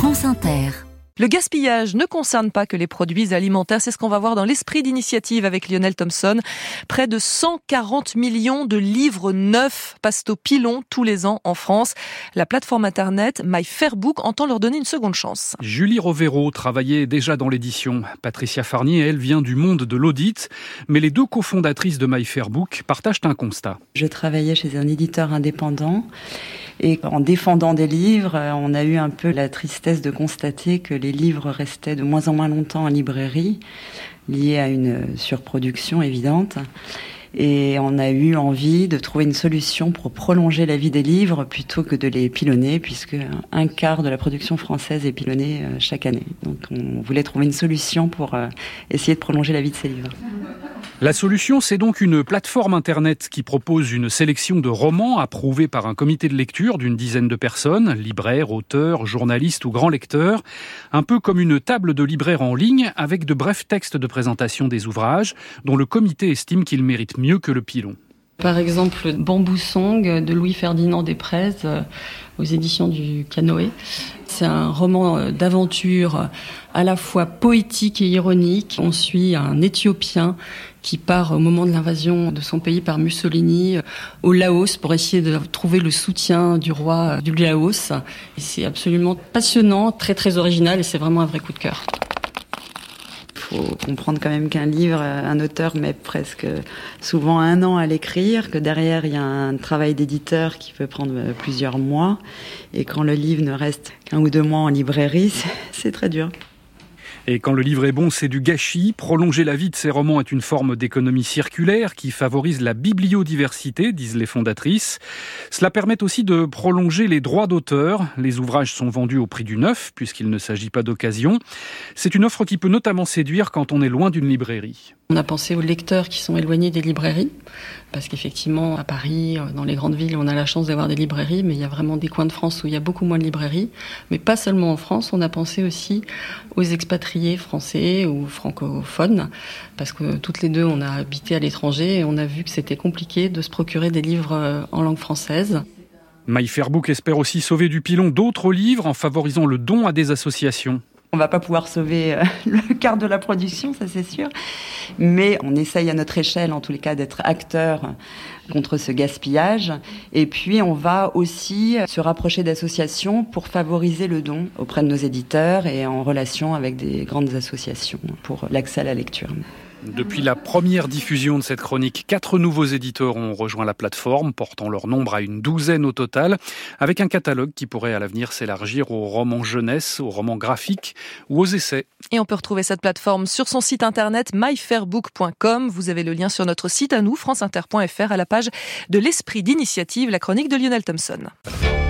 France Inter. Le gaspillage ne concerne pas que les produits alimentaires, c'est ce qu'on va voir dans l'esprit d'initiative avec Lionel Thompson. Près de 140 millions de livres neufs passent au pilon tous les ans en France. La plateforme internet MyFairBook entend leur donner une seconde chance. Julie Rovero travaillait déjà dans l'édition. Patricia Farnier, elle, vient du monde de l'audit. Mais les deux cofondatrices de MyFairBook partagent un constat. Je travaillais chez un éditeur indépendant. Et en défendant des livres, on a eu un peu la tristesse de constater que les livres restaient de moins en moins longtemps en librairie, liés à une surproduction évidente. Et on a eu envie de trouver une solution pour prolonger la vie des livres plutôt que de les pilonner, puisque un quart de la production française est pilonnée chaque année. Donc on voulait trouver une solution pour essayer de prolonger la vie de ces livres. La solution, c'est donc une plateforme internet qui propose une sélection de romans approuvés par un comité de lecture d'une dizaine de personnes, libraires, auteurs, journalistes ou grands lecteurs, un peu comme une table de libraire en ligne avec de brefs textes de présentation des ouvrages dont le comité estime qu'ils méritent mieux que le pilon. Par exemple, Bamboo Song de Louis-Ferdinand Desprez aux éditions du Canoë. C'est un roman d'aventure à la fois poétique et ironique. On suit un Éthiopien qui part au moment de l'invasion de son pays par Mussolini au Laos pour essayer de trouver le soutien du roi du Laos. Et c'est absolument passionnant, très très original et c'est vraiment un vrai coup de cœur. Il faut comprendre quand même qu'un livre, un auteur met presque souvent 1 an à l'écrire, que derrière il y a un travail d'éditeur qui peut prendre plusieurs mois, et quand le livre ne reste qu'1 ou 2 mois en librairie, c'est très dur. Et quand le livre est bon, c'est du gâchis. Prolonger la vie de ces romans est une forme d'économie circulaire qui favorise la bibliodiversité, disent les fondatrices. Cela permet aussi de prolonger les droits d'auteur. Les ouvrages sont vendus au prix du neuf, puisqu'il ne s'agit pas d'occasion. C'est une offre qui peut notamment séduire quand on est loin d'une librairie. On a pensé aux lecteurs qui sont éloignés des librairies, parce qu'effectivement, à Paris, dans les grandes villes, on a la chance d'avoir des librairies, mais il y a vraiment des coins de France où il y a beaucoup moins de librairies. Mais pas seulement en France, on a pensé aussi aux expatriés français ou francophones, parce que toutes les deux, on a habité à l'étranger et on a vu que c'était compliqué de se procurer des livres en langue française. MyFairBook espère aussi sauver du pilon d'autres livres en favorisant le don à des associations. On va pas pouvoir sauver le quart de la production, ça c'est sûr. Mais on essaye à notre échelle, en tous les cas, d'être acteur contre ce gaspillage. Et puis, on va aussi se rapprocher d'associations pour favoriser le don auprès de nos éditeurs et en relation avec des grandes associations pour l'accès à la lecture. Depuis la première diffusion de cette chronique, 4 nouveaux éditeurs ont rejoint la plateforme, portant leur nombre à une 12aine au total, avec un catalogue qui pourrait à l'avenir s'élargir aux romans jeunesse, aux romans graphiques ou aux essais. Et on peut retrouver cette plateforme sur son site internet myfairbook.com. Vous avez le lien sur notre site à nous, franceinter.fr, à la page de l'esprit d'initiative, la chronique de Lionel Thompson.